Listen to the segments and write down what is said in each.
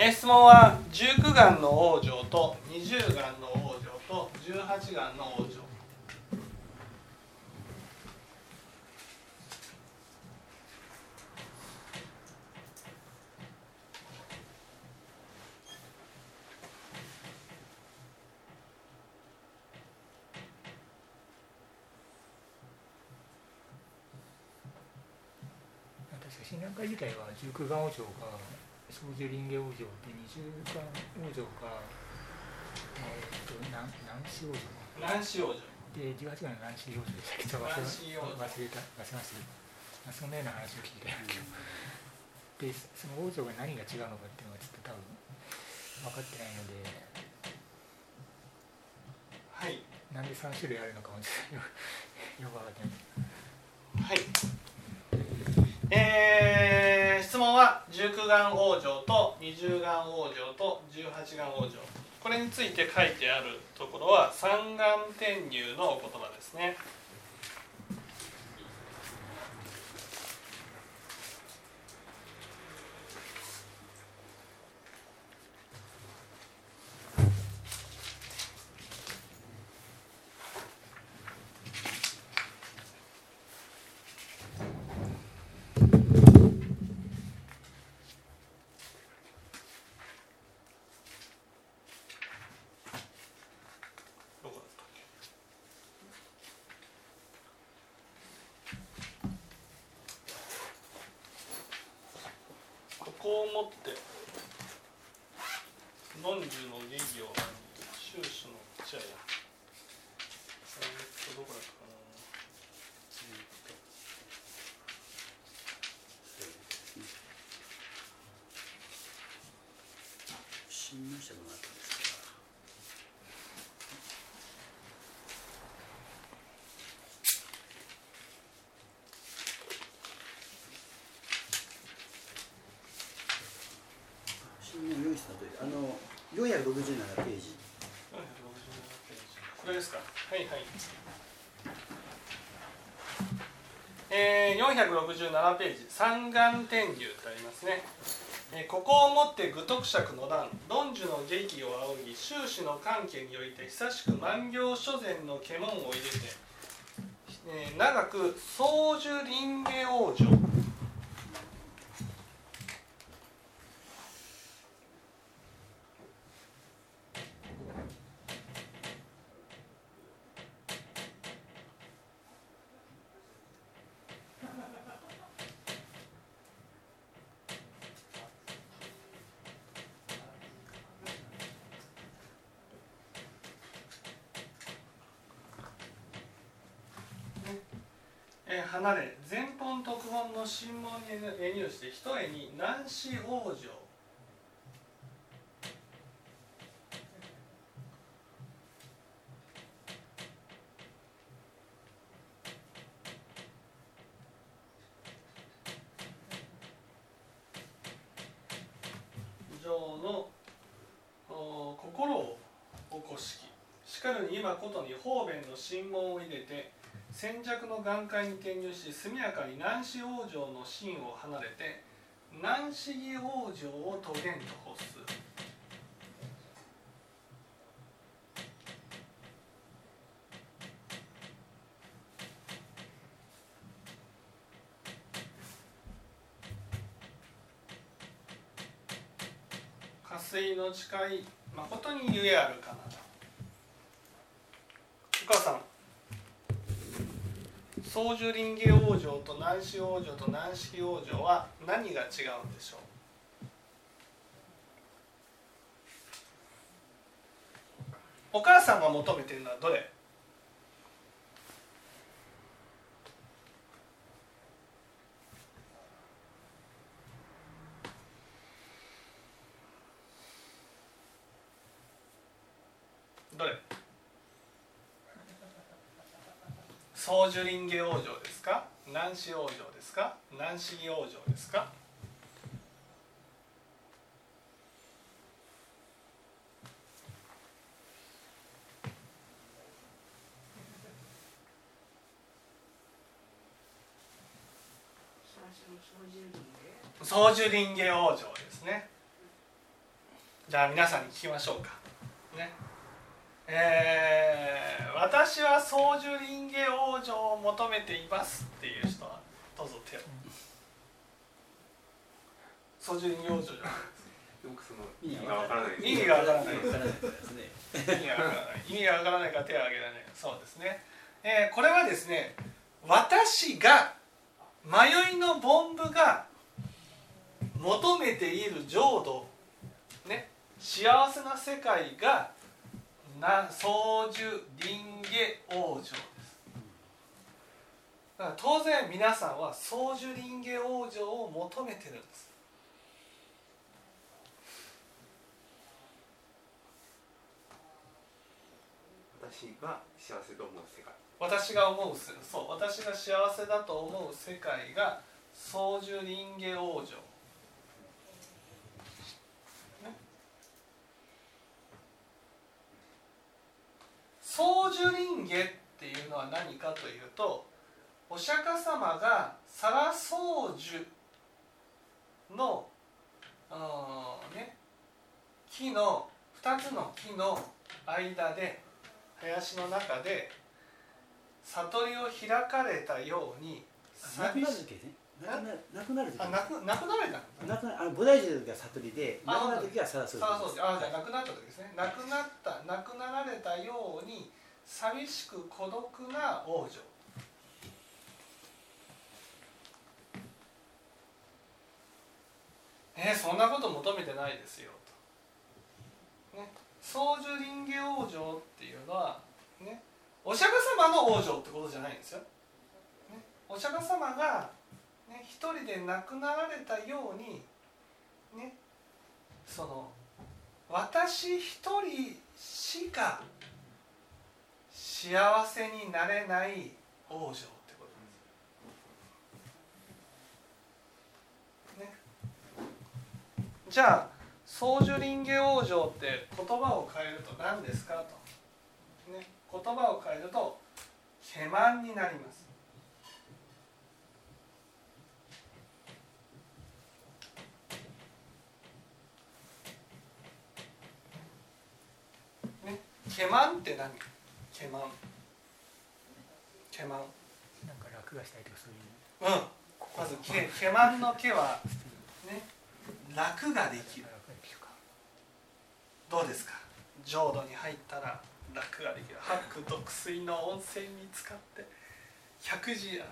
質問は19眼の往生と20眼の往生と18眼の往生。 親鸞会自体は19眼往生か小樹林下往生で20眼往生か南子往生南子往生で18眼の南子往生でしたけど忘れました。そんなような話を聞いたんだけど、でその往生が何が違うのかっていうのはちょっと多分分かってないので、 はい、 なんで3種類あるのかもちょっとよく分かってない。 はい、質問は19眼往生と20眼往生と18眼往生、これについて書いてあるところは三眼転入のお言葉ですね。ここをもって論樹の下義を修士の茶やどこだったかな、 新入社の中ですか。新入用意したという467ページ。 これですか。はいはい。467ページ三眼転入とありますね。ここをもって愚徳釈の段論樹の下義を仰ぎ修士の関係において久しく万行諸前の化門を入れて、長く宗樹林下往生離れ前本特本の神門に入して一重に南子往生上の心を起こしきしかるに今ことに方便の神門を入れて先弱の眼界に転入し速やかに南子往生の心を離れて南子義往生を遂げんと欲す。下水の誓い誠にゆえあるかな。お母さん、宗樹林下往生と南子往生と南子往生は何が違うんでしょう。お母さんが求めているのはどれ？どれ？宗樹林下往生ですか？南子往生ですか？南子義往生ですか？宗樹林下往生ですね。 じゃあ皆さんに聞きましょうかね。私は宗樹林下往生を求めていますっていう人はどうぞ手を。宗樹林下往生じゃない僕その意味がわからない。 意味がわからない。 意味がわからないですね。 意味がわからない。意味がわからないから手を挙げられない。そうですね。これはですね、私が迷いの凡夫が求めている浄土、ね、幸せな世界が宗樹林下往生です。だから当然皆さんは宗樹林下往生を求めてるんです。 私が幸せと思う世界。 私が思う、そう、私が幸せだと思う世界が宗樹林下往生。宗樹林下っていうのは何かというと、お釈迦様が沙羅宗樹の木の2つの木の間で、林の中で悟りを開かれたように、 なくなる時ですね。なくなる時。 なくなられた。 なくな菩提寺の時は悟りで、なくなる時は沙羅宗樹。 じゃあなくなった時ですね。なくなられたように寂しく孤独な往生。そんなこと求めてないですよと。ね、宗樹林下往生っていうのはね、お釈迦様の往生ってことじゃないんですよ。ね、お釈迦様がね、一人で亡くなられたようにね、その私一人しか幸せになれない往生ってことです。ね、じゃあ宗樹林下往生って言葉を変えると何ですかと、ね、言葉を変えると欺瞞になります。欺瞞って何？欺瞞。 なんか楽がしたいとかそういう。 まず欺瞞の欺はね、楽ができる。どうですか？浄土に入ったら楽ができる。八苦毒水の温泉に浸かって百味です。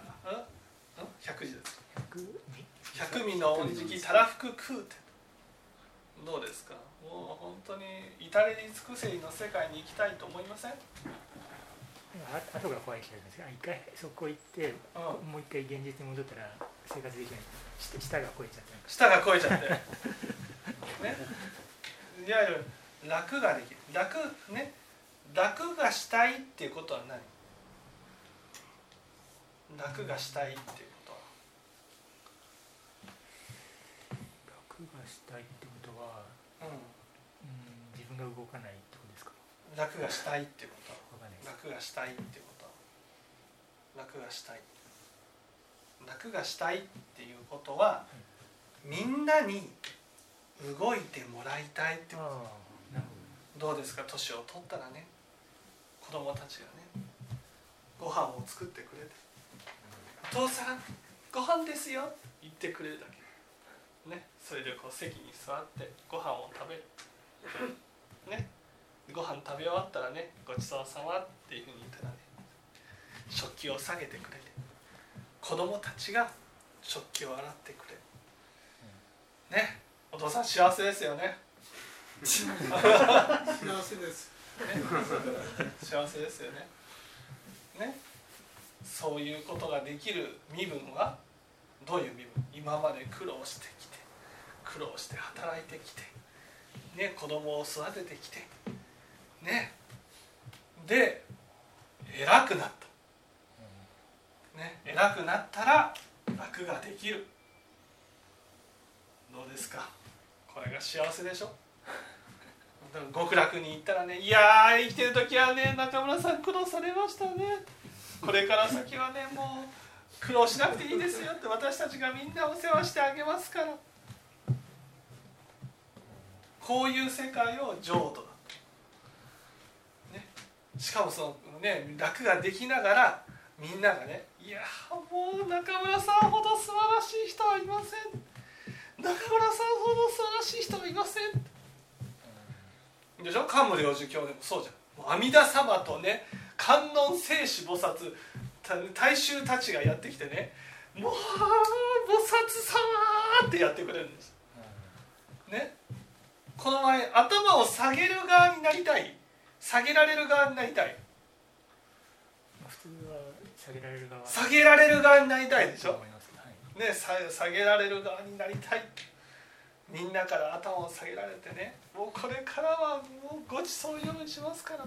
百味の恩敷たらふく食うて。どうですか？もう本当に至れり尽くせりの世界に行きたいと思いません？ 後が怖い気がします。一回そこ行って、もう一回現実に戻ったら生活できない。舌が肥えちゃって。 舌が肥えちゃって。ね。いわゆる楽ができる。楽がしたいっていうことは何？楽がしたいっていうことは。 楽がしたいってことは、自分が動かないってことですか？ 楽がしたいっていうこと。楽がしたいっていうこと。楽がしたい。楽がしたいっていうことは、みんなに動いてもらいたいってこと。どうですか？年を取ったらね、子供たちがね、ご飯を作ってくれて、お父さんご飯ですよって言ってくれるだけね。それでこう席に座ってご飯を食べるね。ご飯食べ終わったらね、ごちそうさまっていうふうに言ったらね、食器を下げてくれて、子供たちが食器を洗ってくれるね。お父さん幸せですよね。 幸せです、 ね、幸せですよね。ね、そういうことができる身分はどういう身分？今まで苦労してきて、苦労して働いてきて、ね、子供を育ててきて、ね、で偉くなった、ね、偉くなったら楽ができる。どうですか？これが幸せでしょ。極楽に行ったらね、いやー生きてる時はね、中村さん苦労されましたね、これから先はねもう苦労しなくていいですよって、私たちがみんなお世話してあげますから。 こういう世界を浄土だ、ね、しかもそのね楽ができながらみんながね、いやもう中村さんほど素晴らしい人はいません、中村さんほど素晴らしい人はいませんでしょ。漢武領事教でもそうじゃん。もう阿弥陀様とね観音聖子菩薩大衆たちがやってきてね、もう菩薩様ってやってくれるんですね。この前頭を下げる側になりたい、下げられる側になりたい、 普通は下げられる側、 下げられる側になりたいでしょ、 はい、 ね、下げられる側になりたい、みんなから頭を下げられてね、もうこれからはもうごちそう用意しますから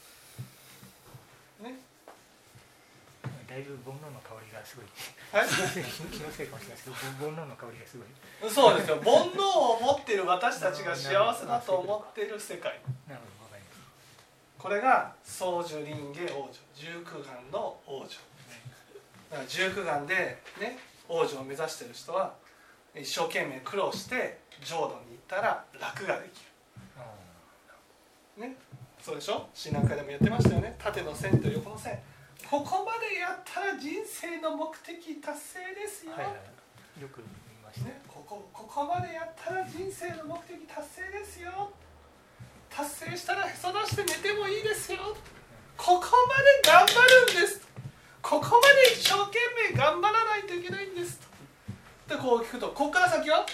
ね。 だいぶ煩悩の香りがすごい、 はい、 気のせいかもしれないですけど、煩悩の香りがすごい。 そうですよ。煩悩を持っている私たちが幸せだと思っている世界、 なるほど、わかります。 これが宗樹林華往生、十九願の往生だから十九願でね往生を目指している人は一生懸命苦労して浄土に行ったら楽ができる、ね、そうでしょ。親鸞会でもやってましたよね。縦の線と横の線、ここまでやったら人生の目的達成ですよ、 はいはい、よく見ました、 ね、ここまでやったら人生の目的達成ですよ、達成したらへそ出して寝てもいいですよ、ここまで頑張るんです、ここまで一生懸命頑張らないといけないんですと。でこう聞くと、ここから先は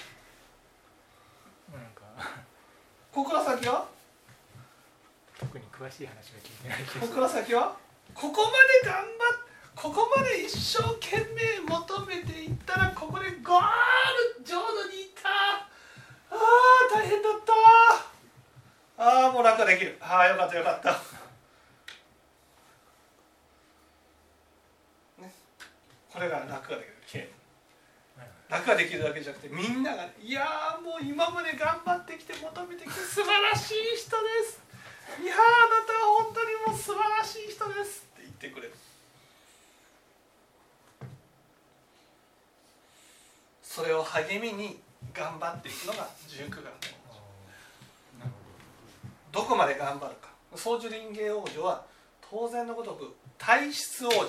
ここから先は特に詳しい話は聞いてないけど、 ここから先はここまで頑張っ、ここまで一生懸命求めていったら、ここでゴール、浄土に行った、あー大変だった、あーもう楽ができる、あーよかったよかった、ね、これが楽ができる、楽ができるだけじゃなくて、みんなが、いやーもう今まで頑張ってきて求めてきて素晴らしい人です、いやーあなたは本当にもう素晴らしい人ですって言ってくれる。それを励みに頑張っていくのが十九願のどこまで頑張るか。宗樹林華往生は当然のごとく体質往生です。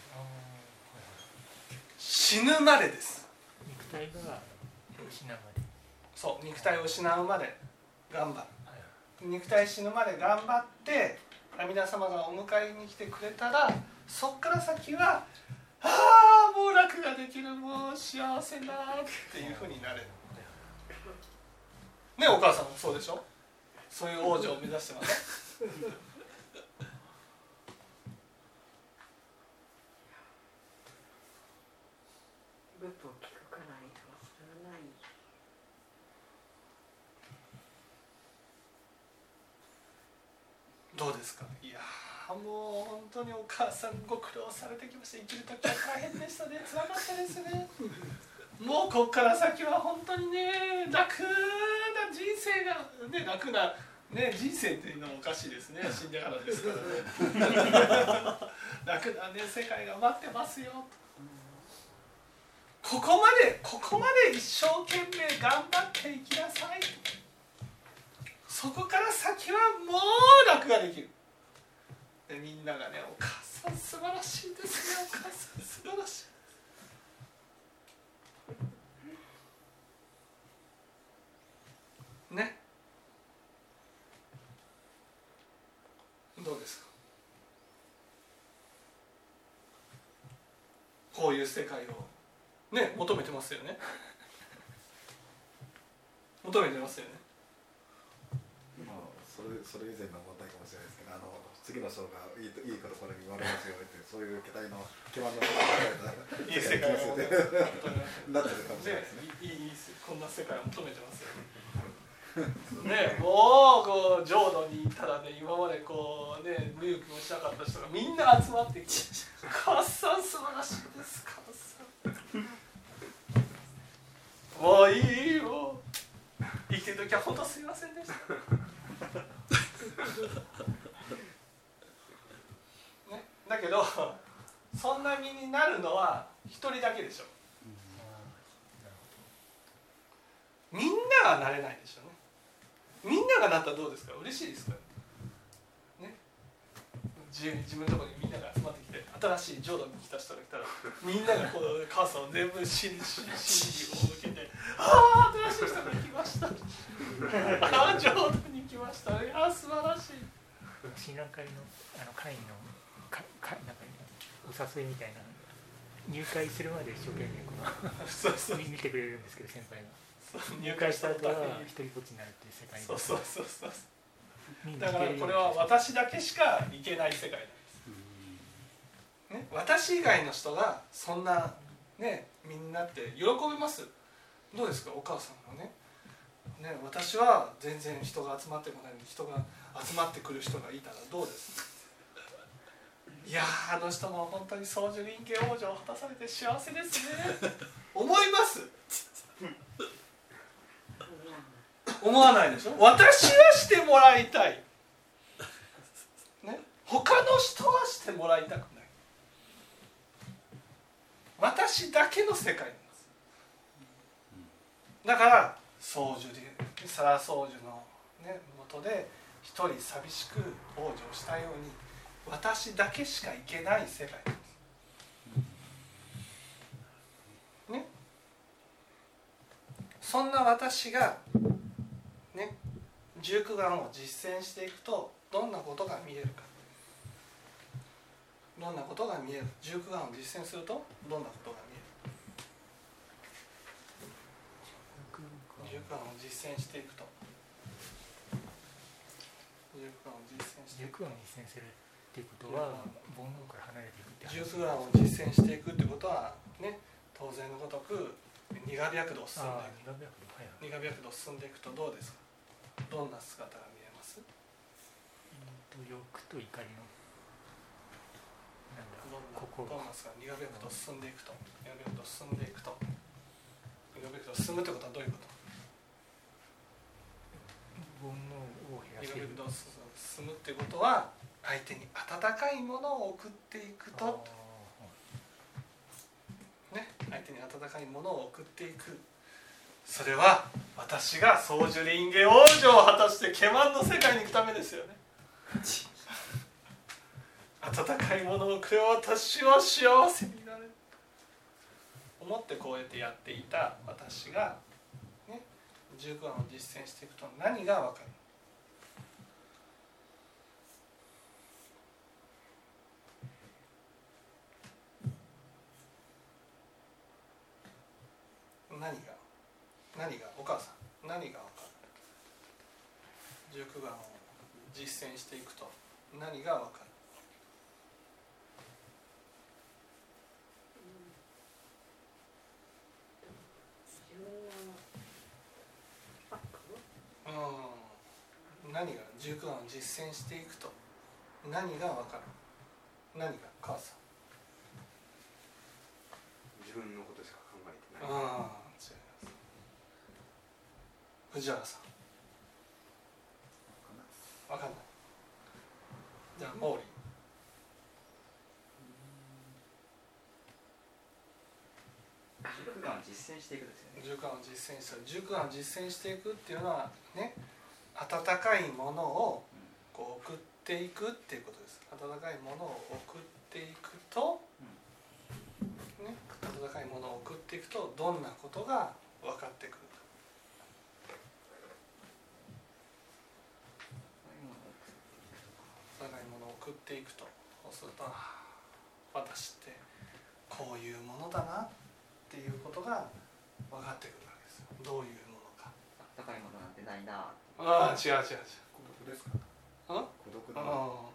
死ぬまでです。 肉体が失うまで、 そう、肉体を失うまで頑張る、肉体死ぬまで頑張って阿弥陀様がお迎えに来てくれたら、そっから先はああもう楽ができる、もう幸せだっていうふうになれるね。お母さんもそうでしょ。そういう往生を目指してますね仏法聞くからいつもそれはない。 どうですか。いやもう本当にお母さんご苦労されてきました。生きるときは大変でしたね、辛かったですねもうこっから先は本当にね、楽な人生が、ね、楽な、ね、人生っていうのもおかしいですね、死んでからですからね楽な、ね、世界が待ってますよと。ここまで一生懸命頑張っていきなさい。そこから先はもう楽ができる。でみんながね、お母さん素晴らしいですね、お母さん素晴らしいね。どうですか。こういう世界をね求めてますよね求めてますよね。 それ以前の問題かもしれないですけど、次の章がいいところに言われますよって、そういう期待の基盤のいい世界をなってるかもしれないですね。 いいこんな世界を求めてますよね。もうこう浄土に行ったらね、今までこうね無欲もしなかった人がみんな集まってきて「母さん素晴らしいです母さん」もういいよ、生きてる時は本当すいませんでしたね、だけどそんな身になるのは一人だけでしょ。みんなはなれないでしょうね。 みんながなったらどうですか？嬉しいですかね。自分のところにみんなが集まってきて、新しい浄土に来た人が来たら、みんながこう母さんを全部真理を受けて、ああ新しい人が来ました。ああ浄土に来ました。ああ素晴らしい。 親鸞会の会員のなんかお誘いみたいな入会するまで一生懸命そう見てくれるんですけど、先輩が入会した後は一人ぼっちになるっていう世界に。 そうだからこれは私だけしか行けない世界なんです、ね、私以外の人がそんなねみんなって喜びます？どうですか？お母さんがね私は全然人が集まってこないのに人が集まってくる人がいたらどうですか？いやあの人も本当に宗樹林家王女を果たされて幸せですね思います思わないでしょ。私はしてもらいたい、ね、他の人はしてもらいたくない。私だけの世界なんです。だから宗樹でサラ宗樹の、ね、元で一人寂しく往生したように私だけしか行けない世界なんです、ね、そんな私がね、十九願を実践していくとどんなことが見えるか。どんなことが見える。十九願を実践するとどんなことが見える。十九願を実践していくと。十九願を実践していく。 十九願を実践するっていうことは煩悩から離れていくって話。 十九願を実践していくってことはね、当然のごとく苦白道を進んでいく。苦白道を進んでいくとどうですか？どんな姿が見えます？ 欲と怒りのどんな姿？苦白道を進んでいくと。苦白道を進んでいくと。苦白道を進むってことはどういうこと？ 煩悩を減らしていく。 苦白道を進むってことは相手に温かいものを送っていくと。ね、相手に温かいものを送っていく。それは私が宗樹林家往生を果たして化満の世界に行くためですよね。温かいものをくれ私は幸せになれる思ってこうやってやっていた私が、ね、十九願を実践していくと何が分かる？何がお母さん何が分かる？十九願を実践していくと何が分かる？何が十九願を実践していくと何が分かる？何が母さん？ 自分のことしか考えてない。 違います。藤原さん分かんない。じゃあ毛利。 十九願を実践していくですよね。 十九願を実践した十九願を実践していくっていうのはね、温かいものをこう送っていくっていうことです。温かいものを送っていくと、ね、温かいものを送っていくとどんなことが分かってくるか。温かいものを送っていくと、そうすると私ってこういうものだなっていうことが分かってくるわけですよ。どういうものか。 高いものなんてないな。 違う。 孤独ですか？孤独だ。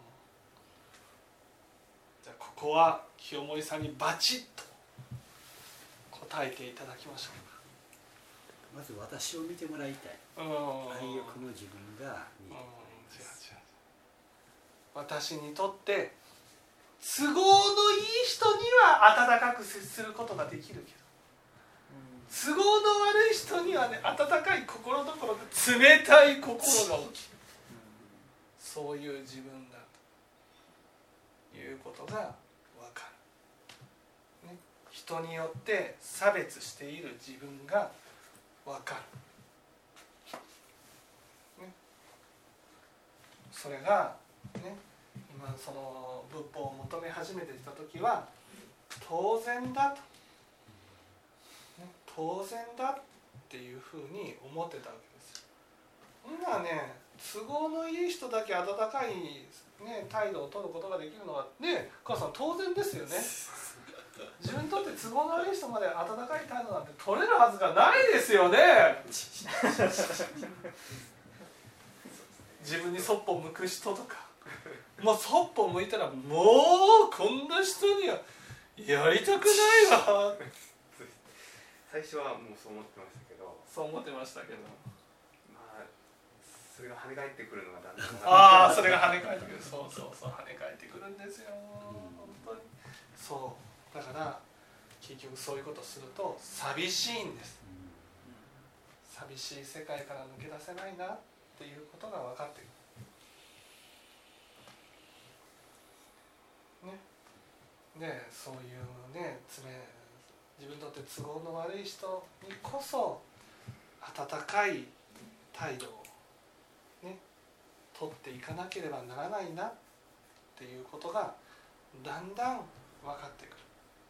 じゃあここは清盛さんにバチッと答えていただきましょまず私を見てもらいたい。愛欲の自分が見える。 違う。私にとって都合のいい人には温かく接することができるけど、都合の悪い人にはね、温かい心どころか冷たい心が起きる。そういう自分だということが分かる、ね、人によって差別している自分が分かる、ね、 それがね、今その仏法を求め始めてきた時は当然だと、ね、当然だっていうふうに思ってたわけですよ。今ね、都合のいい人だけ温かい、ね、態度を取ることができるのはね、母さん当然ですよね。自分にとって都合の悪い人まで温かい態度なんて取れるはずがないですよね。自分にそっぽ向く人とか、もうそっぽ向いたらもうこんな人にはやりたくないわ。 最初はもうそう思ってましたけど、 そう思ってましたけど、 まあそれが跳ね返ってくるのがだんだんああ、それが跳ね返ってくる。そうそうそう、跳ね返ってくるんですよ、本当に。そうだから結局そういうことすると寂しいんです。寂しい世界から抜け出せないなっていうことが分かってくる、ね、でそういうね、自分にとって都合の悪い人にこそ温かい態度をね取っていかなければならないなっていうことがだんだん分かってくる。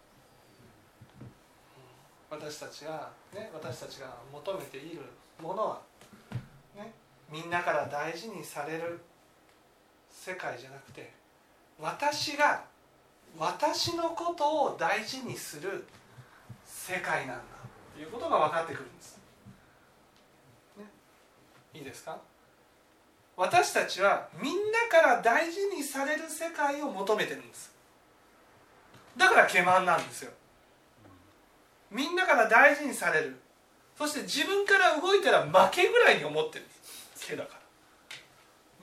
私たちが求めているものは、ね、みんなから大事にされる世界じゃなくて、私が私のことを大事にする世界なんだということが分かってくるんです、ね、いいですか。私たちはみんなから大事にされる世界を求めてるんです。だから欺瞞なんですよ。みんなから大事にされる、そして自分から動いたら負けぐらいに思ってるんです。毛だから、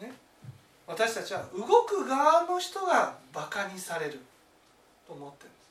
ね、私たちは動く側の人がバカにされると思ってるんです。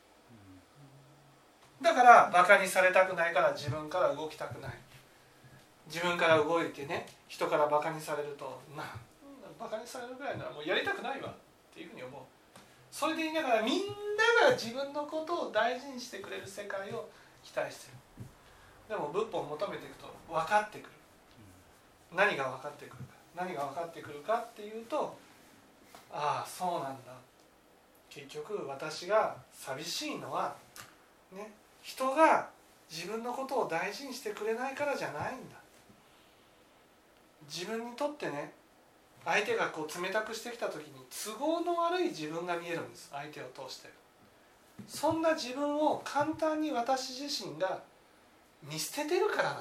だからバカにされたくないから自分から動きたくない。自分から動いてね、人からバカにされると、まあバカにされるぐらいならもうやりたくないわっていうふうに思う。それで言いながらみんなが自分のことを大事にしてくれる世界を期待してる。でも仏法を求めていくと分かってくる。何が分かってくるか。何が分かってくるかっていうと、ああそうなんだ。結局私が寂しいのは、ね、人が自分のことを大事にしてくれないからじゃないんだ。自分にとってね、相手がこう冷たくしてきた時に都合の悪い自分が見えるんです。相手を通して。そんな自分を簡単に私自身が見捨ててるからなん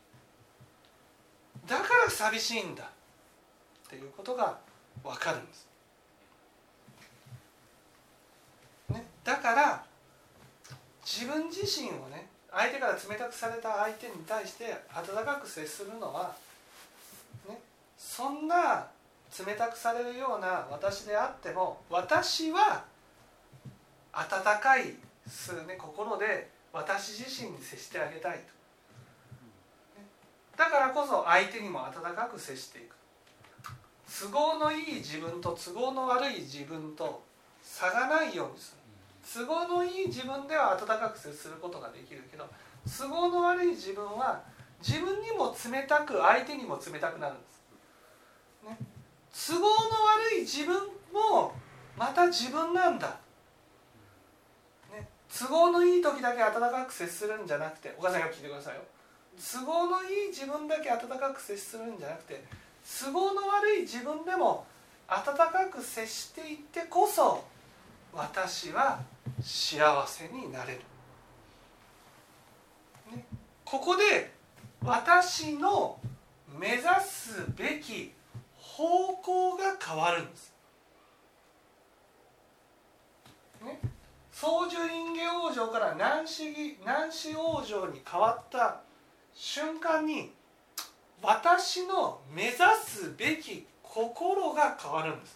だ。だから寂しいんだっていうことが分かるんです、ね、だから自分自身をね、相手から冷たくされた相手に対して温かく接するのは、ね、そんな冷たくされるような私であっても、私は温かい、心で私自身に接してあげたいと。だからこそ相手にも温かく接していく。都合のいい自分と都合の悪い自分と差がないようにする。都合のいい自分では温かく接することができるけど、都合の悪い自分は自分にも冷たく相手にも冷たくなるんです、ね、都合の悪い自分もまた自分なんだ、ね、都合のいい時だけ温かく接するんじゃなくて、お母さんよく聞いてくださいよ。都合のいい自分だけ温かく接するんじゃなくて、都合の悪い自分でも温かく接していってこそ私は幸せになれる、ね、ここで私の目指すべき方向が変わるんです、ね、宗樹林下往生から南子往生に変わった瞬間に私の目指すべき心が変わるんです。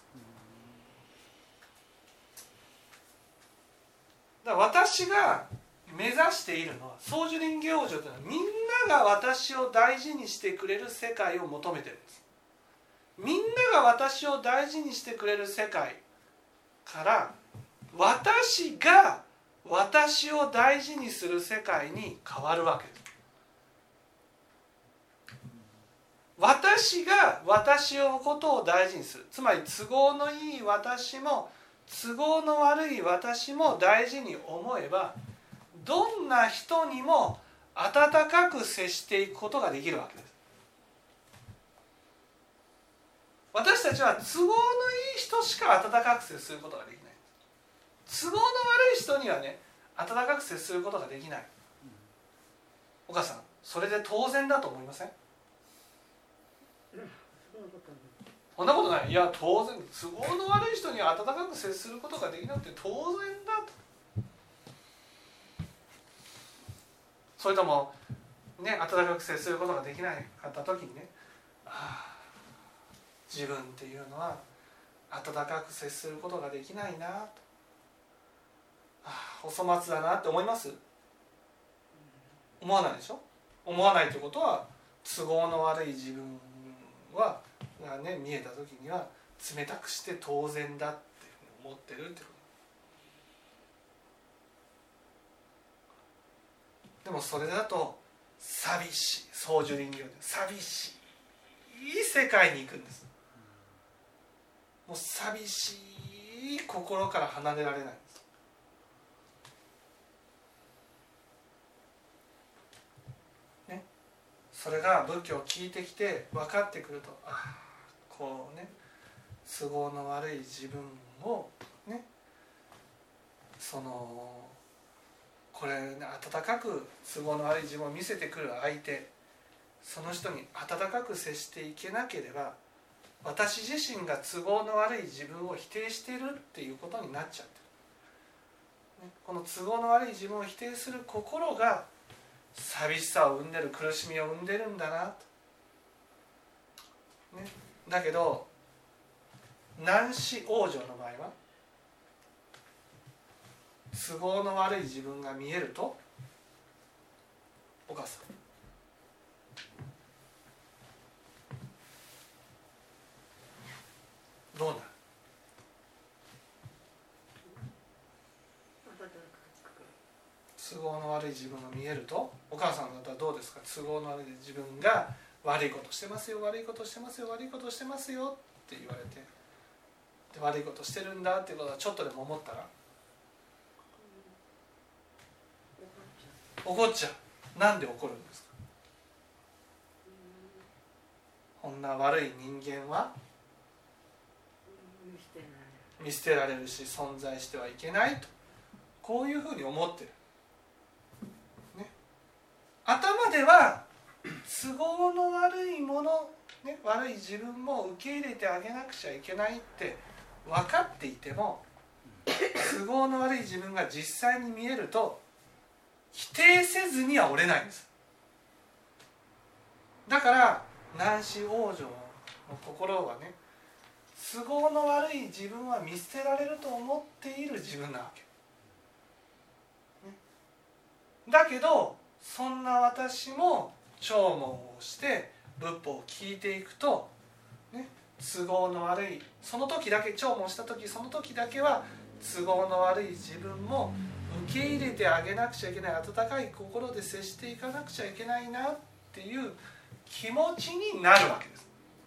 だから私が目指しているのは、宗樹林下往生というのはみんなが私を大事にしてくれる世界を求めてるんです。みんなが私を大事にしてくれる世界から私が私を大事にする世界に変わるわけです。私私が私のことを大事にする、つまり都合のいい私も都合の悪い私も大事に思えば、どんな人にも温かく接していくことができるわけです。私たちは都合のいい人しか温かく接することができない。都合の悪い人にはね、温かく接することができない。お母さん、それで当然だと思いません？そんなことない。いや、当然、都合の悪い人には温かく接することができなくて当然だと。それともね、温かく接することができなかった時にね、自分っていうのは温かく接することができないなと、お粗末だなって思います？思わないでしょ。思わないということは、都合の悪い自分がね、見えた時には冷たくして当然だって思ってるってこと。でもそれだと寂しい、宗樹林業で寂しい世界に行くんです。もう寂しい心から離れられないんです。ね、それが仏教を聞いてきて分かってくると、こうね、都合の悪い自分をね、これ、ね、温かく都合の悪い自分を見せてくる相手、その人に温かく接していけなければ、私自身が都合の悪い自分を否定しているっていうことになっちゃってる。この都合の悪い自分を否定する心が寂しさを生んでる、苦しみを生んでるんだなと。ね、だけど南子往生の場合は、都合の悪い自分が見えると、お母さん、どうなる？都合の悪い自分が見えると、お母さんだったらどうですか？都合の悪い自分が悪いことしてますよ、悪いことしてますよ、悪いことしてますよって言われて、で悪いことしてるんだっていうことはちょっとでも思ったら怒っちゃう。なんで怒るんですか？こんな悪い人間は見捨てられるし存在してはいけないと、こういうふうに思ってる、ね、頭では都合の悪いもの、ね、悪い自分も受け入れてあげなくちゃいけないって分かっていても、都合の悪い自分が実際に見えると否定せずには折れないんです。だから南子往生の心はね、都合の悪い自分は見捨てられると思っている自分なわけ、ね、だけどそんな私も聴聞をして仏法を聞いていくと、ね、都合の悪い、その時だけ聴聞した時、その時だけは都合の悪い自分も受け入れてあげなくちゃいけない、温かい心で接していかなくちゃいけないなっていう気持ちになるわけです、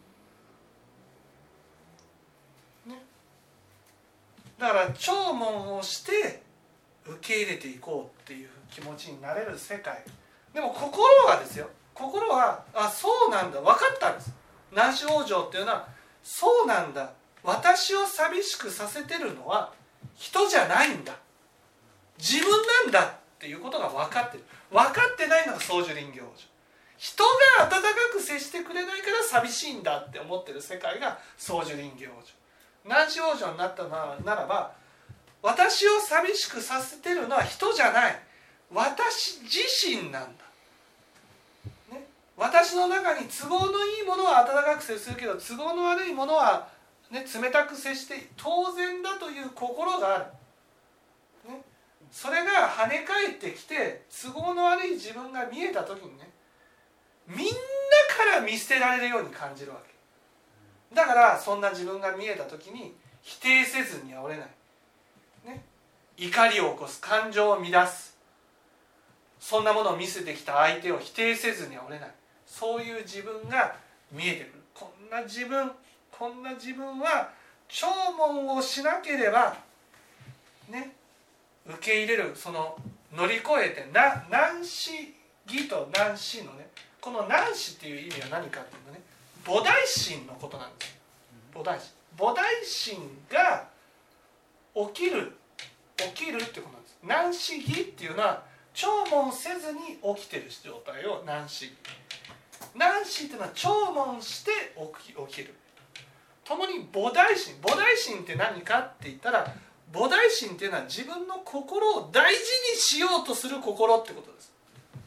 ね、だから聴聞をして受け入れていこうっていう気持ちになれる世界。でも心がですよ、心はそうなんだ、分かったんです。南子往生っていうのはそうなんだ、私を寂しくさせてるのは人じゃないんだ、自分なんだっていうことが分かってる。分かってないのが宗樹林業往生。人が温かく接してくれないから寂しいんだって思ってる世界が宗樹林業往生。南子往生になったならば、私を寂しくさせてるのは人じゃない、私自身なんだ、ね、私の中に都合のいいものは温かく接するけど、都合の悪いものは、ね、冷たく接して当然だという心がある、ね、それが跳ね返ってきて都合の悪い自分が見えた時にね、みんなから見捨てられるように感じるわけだから、そんな自分が見えた時に否定せずには折れない、ね、怒りを起こす、感情を乱す、そんなものを見せてきた相手を否定せずには折れない、そういう自分が見えてくる。こんな自分は聴聞をしなければね、受け入れる、その乗り越えて難視義と難視のね、この難視っていう意味は何かっていうとね、菩提心のことなんですよ。菩提心が起きるってことなんです。難視義っていうのは聴聞せずに起きてる状態を難視義。難視っていうのは聴聞して起きる。共に菩提心って何かって言ったら、菩提心っていうのは自分の心を大事にしようとする心ってことです。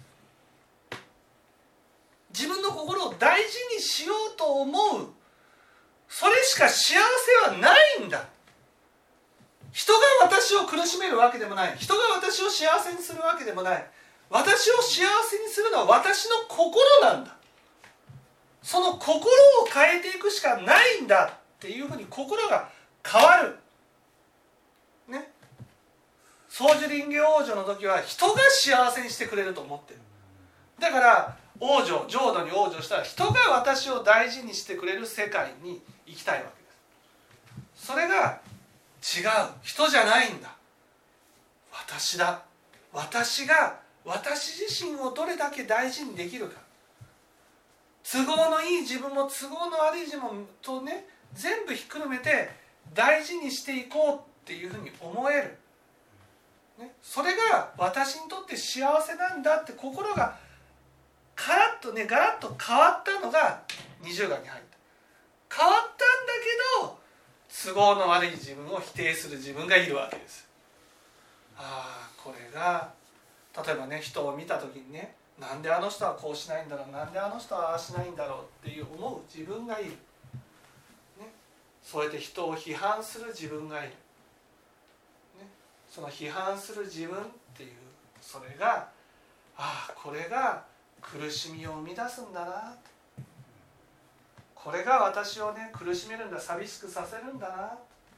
自分の心を大事にしようと思う、それしか幸せはないんだ。人が私を苦しめるわけでもない、人が私を幸せにするわけでもない。私を幸せにするのは私の心なんだ。その心を変えていくしかないんだっていうふうに心が変わるね。宗樹林業王女の時は人が幸せにしてくれると思ってる。だから浄土に往生したら人が私を大事にしてくれる世界に行きたいわけです。それが違う、人じゃないんだ、私だ。私が私自身をどれだけ大事にできるか、都合のいい自分も都合の悪い自分とね、全部ひっくるめて大事にしていこうっていうふうに思える、ね、それが私にとって幸せなんだって心がガラッと変わったのが20眼に入った。変わったんだけど都合の悪い自分を否定する自分がいるわけです。これが例えばね、人を見た時にね、なんであの人はこうしないんだろう、なんであの人はああしないんだろうっていう思う自分がいる、ね、そうやって人を批判する自分がいる、ね、その批判する自分っていう、それがこれが苦しみを生み出すんだな、これが私をね苦しめるんだ、寂しくさせるんだな、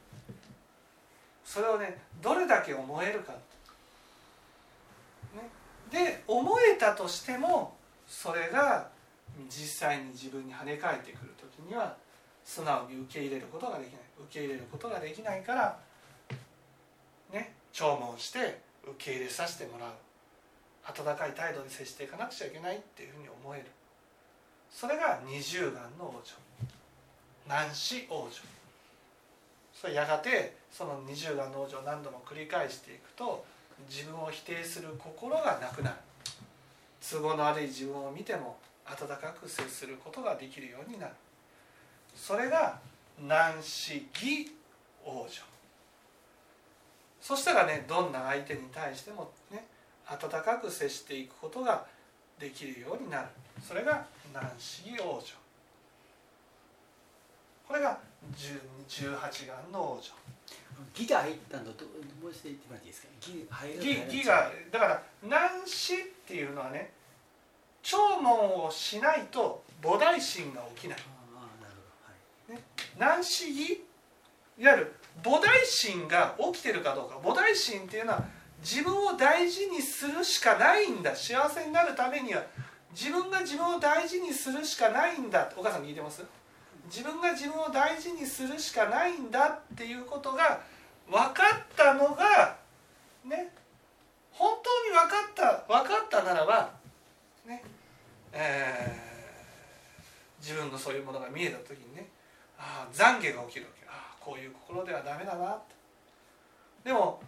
それをねどれだけ思えるか、ね、で思えたとしてもそれが実際に自分に跳ね返ってくる時には素直に受け入れることができない。受け入れることができないからね、聴聞して受け入れさせてもらう、温かい態度で接していかなくちゃいけないっていうふうに思える。それが20眼の往生、難視往生。それやがてその20眼の往生を何度も繰り返していくと、自分を否定する心がなくなる。都合の悪い自分を見ても温かく接することができるようになる。それが難視義往生。そしたらね、どんな相手に対してもね、温かく接していくことができるようになる。それが難視義往生。これが18眼の往生。 義が入ったのともう一度言ってもらっていいですか。 義がだから難視っていうのはね、聴聞をしないと菩提心が起きない。難視義、いわゆる菩提心が起きてるかどうか。菩提心っていうのは自分を大事にするしかないんだ。幸せになるためには自分が自分を大事にするしかないんだ。お母さん聞いてます？自分が自分を大事にするしかないんだっていうことが分かったのがね、本当に分かったならばね、自分のそういうものが見えた時にね、懺悔が起きるわけ。こういう心ではダメだなって。でも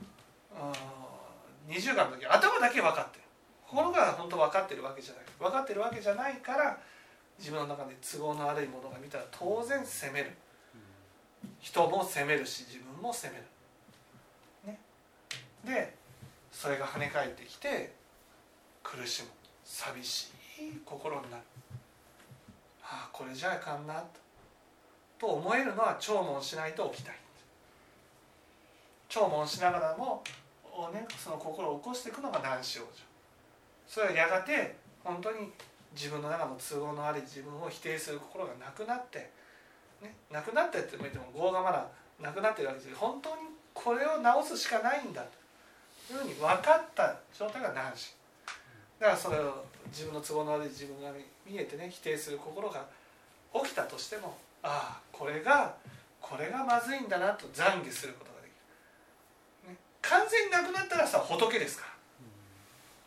20眼の時頭だけ分かってる、心が本当分かってるわけじゃない。分かってるわけじゃないから自分の中で都合の悪いものが見たら当然責める。人も責めるし自分も責める、ね、でそれが跳ね返ってきて苦しむ、寂しい心になる。これじゃあかんなと思えるのは聴聞しないと起きない。聴聞しながらも、ね、その心を起こしていくのが難視往生。それはやがて本当に自分の中の都合の悪い自分を否定する心がなくなって、ね、なくなってって言っても業がまだなくなってるわけです。本当にこれを直すしかないんだというふうに分かった状態が難視。だからそれを自分の都合の悪い自分が見えてね、否定する心が起きたとしても、ああこれがまずいんだなと懺悔することができる、ね、完全になくなったらさ仏ですから、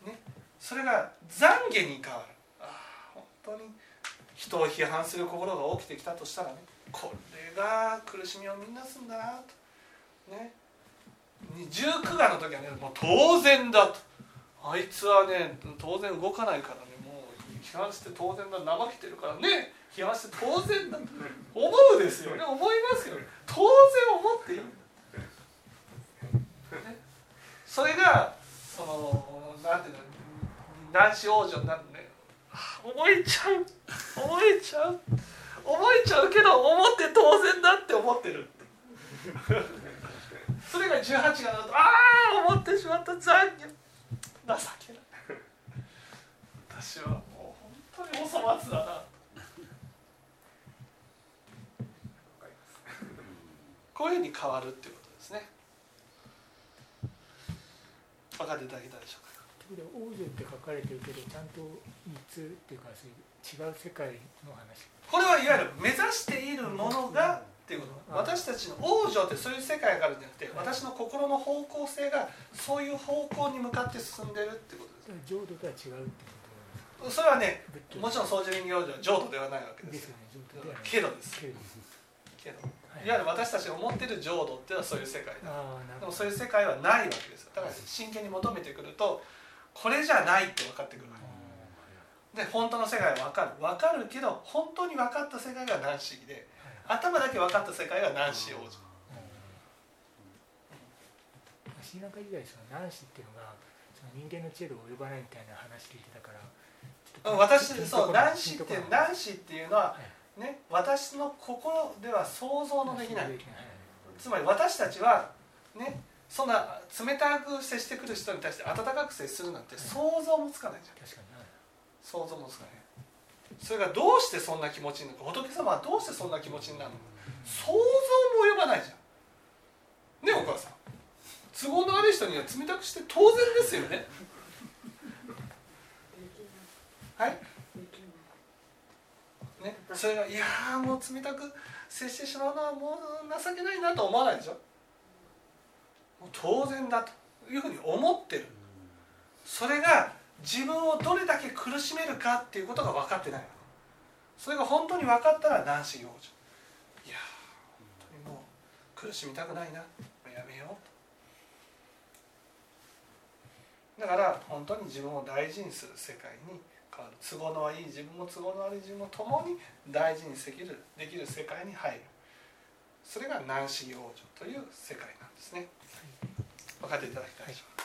ね、それが懺悔に変わる。ああ本当に人を批判する心が起きてきたとしたらね、これが苦しみをみんなすんだなとね。19がの時はね、もう当然だと、あいつはね当然動かないからね、もう批判して当然だ、怠けてるからね批判して当然だと思うですよね、思いますよね、当然思っていいんだ、ね、それがそのなんていうの、男子王女になるね、思えちゃうけど思って当然だって思ってるそれが18がなると、ああ思ってしまった、懺悔、情けない、私はもう本当にお粗末だな、こういうふうに変わるっていうことですね。分かっていただけたでしょうか。 ということで王女って書かれてるけど、ちゃんと3つっていうかそういう違う世界の話。 これはいわゆる目指しているものがっていうこと。私たちの王女ってそういう世界があるんじゃなくて、私の心の方向性がそういう方向に向かって進んでるっていうことです。 浄土とは違うってこと。 それはね、もちろん総持林業女は浄土ではないわけですよ。けどです。けどいわゆる私たちが思っている浄土っていうのはそういう世界だ。でもそういう世界はないわけですよ。だから真剣に求めてくるとこれじゃないって分かってくるわけで、本当の世界は分かるけど、本当に分かった世界がナンシーで、頭だけ分かった世界がナンシー王女。 シーランカ時代、そのナンシーっていうのがその人間の知恵度を及ばないみたいな話聞いてたから、 私そうナンシーっていうのはね、私の心では想像のできない。つまり私たちはね、そんな冷たく接してくる人に対して温かく接するなんて想像もつかないじゃん。確かに想像もつかない。それがどうしてそんな気持ちになるのか、仏様はどうしてそんな気持ちになるのか、想像も及ばないじゃんね。お母さん、都合の悪い人には冷たくして当然ですよねはいね、それがいやーもう冷たく接してしまうのはもう情けないなと思わないでしょ。もう当然だというふうに思ってる。それが自分をどれだけ苦しめるかっていうことが分かってない。それが本当に分かったらナンシー王女、いや本当にもう苦しみたくないな、やめようと。だから本当に自分を大事にする世界に変わる。都合のいい自分も都合の悪い自分も共に大事にできる世界に入る。それがナンシー王女という世界なんですね。分かっていただきたいでしょうか。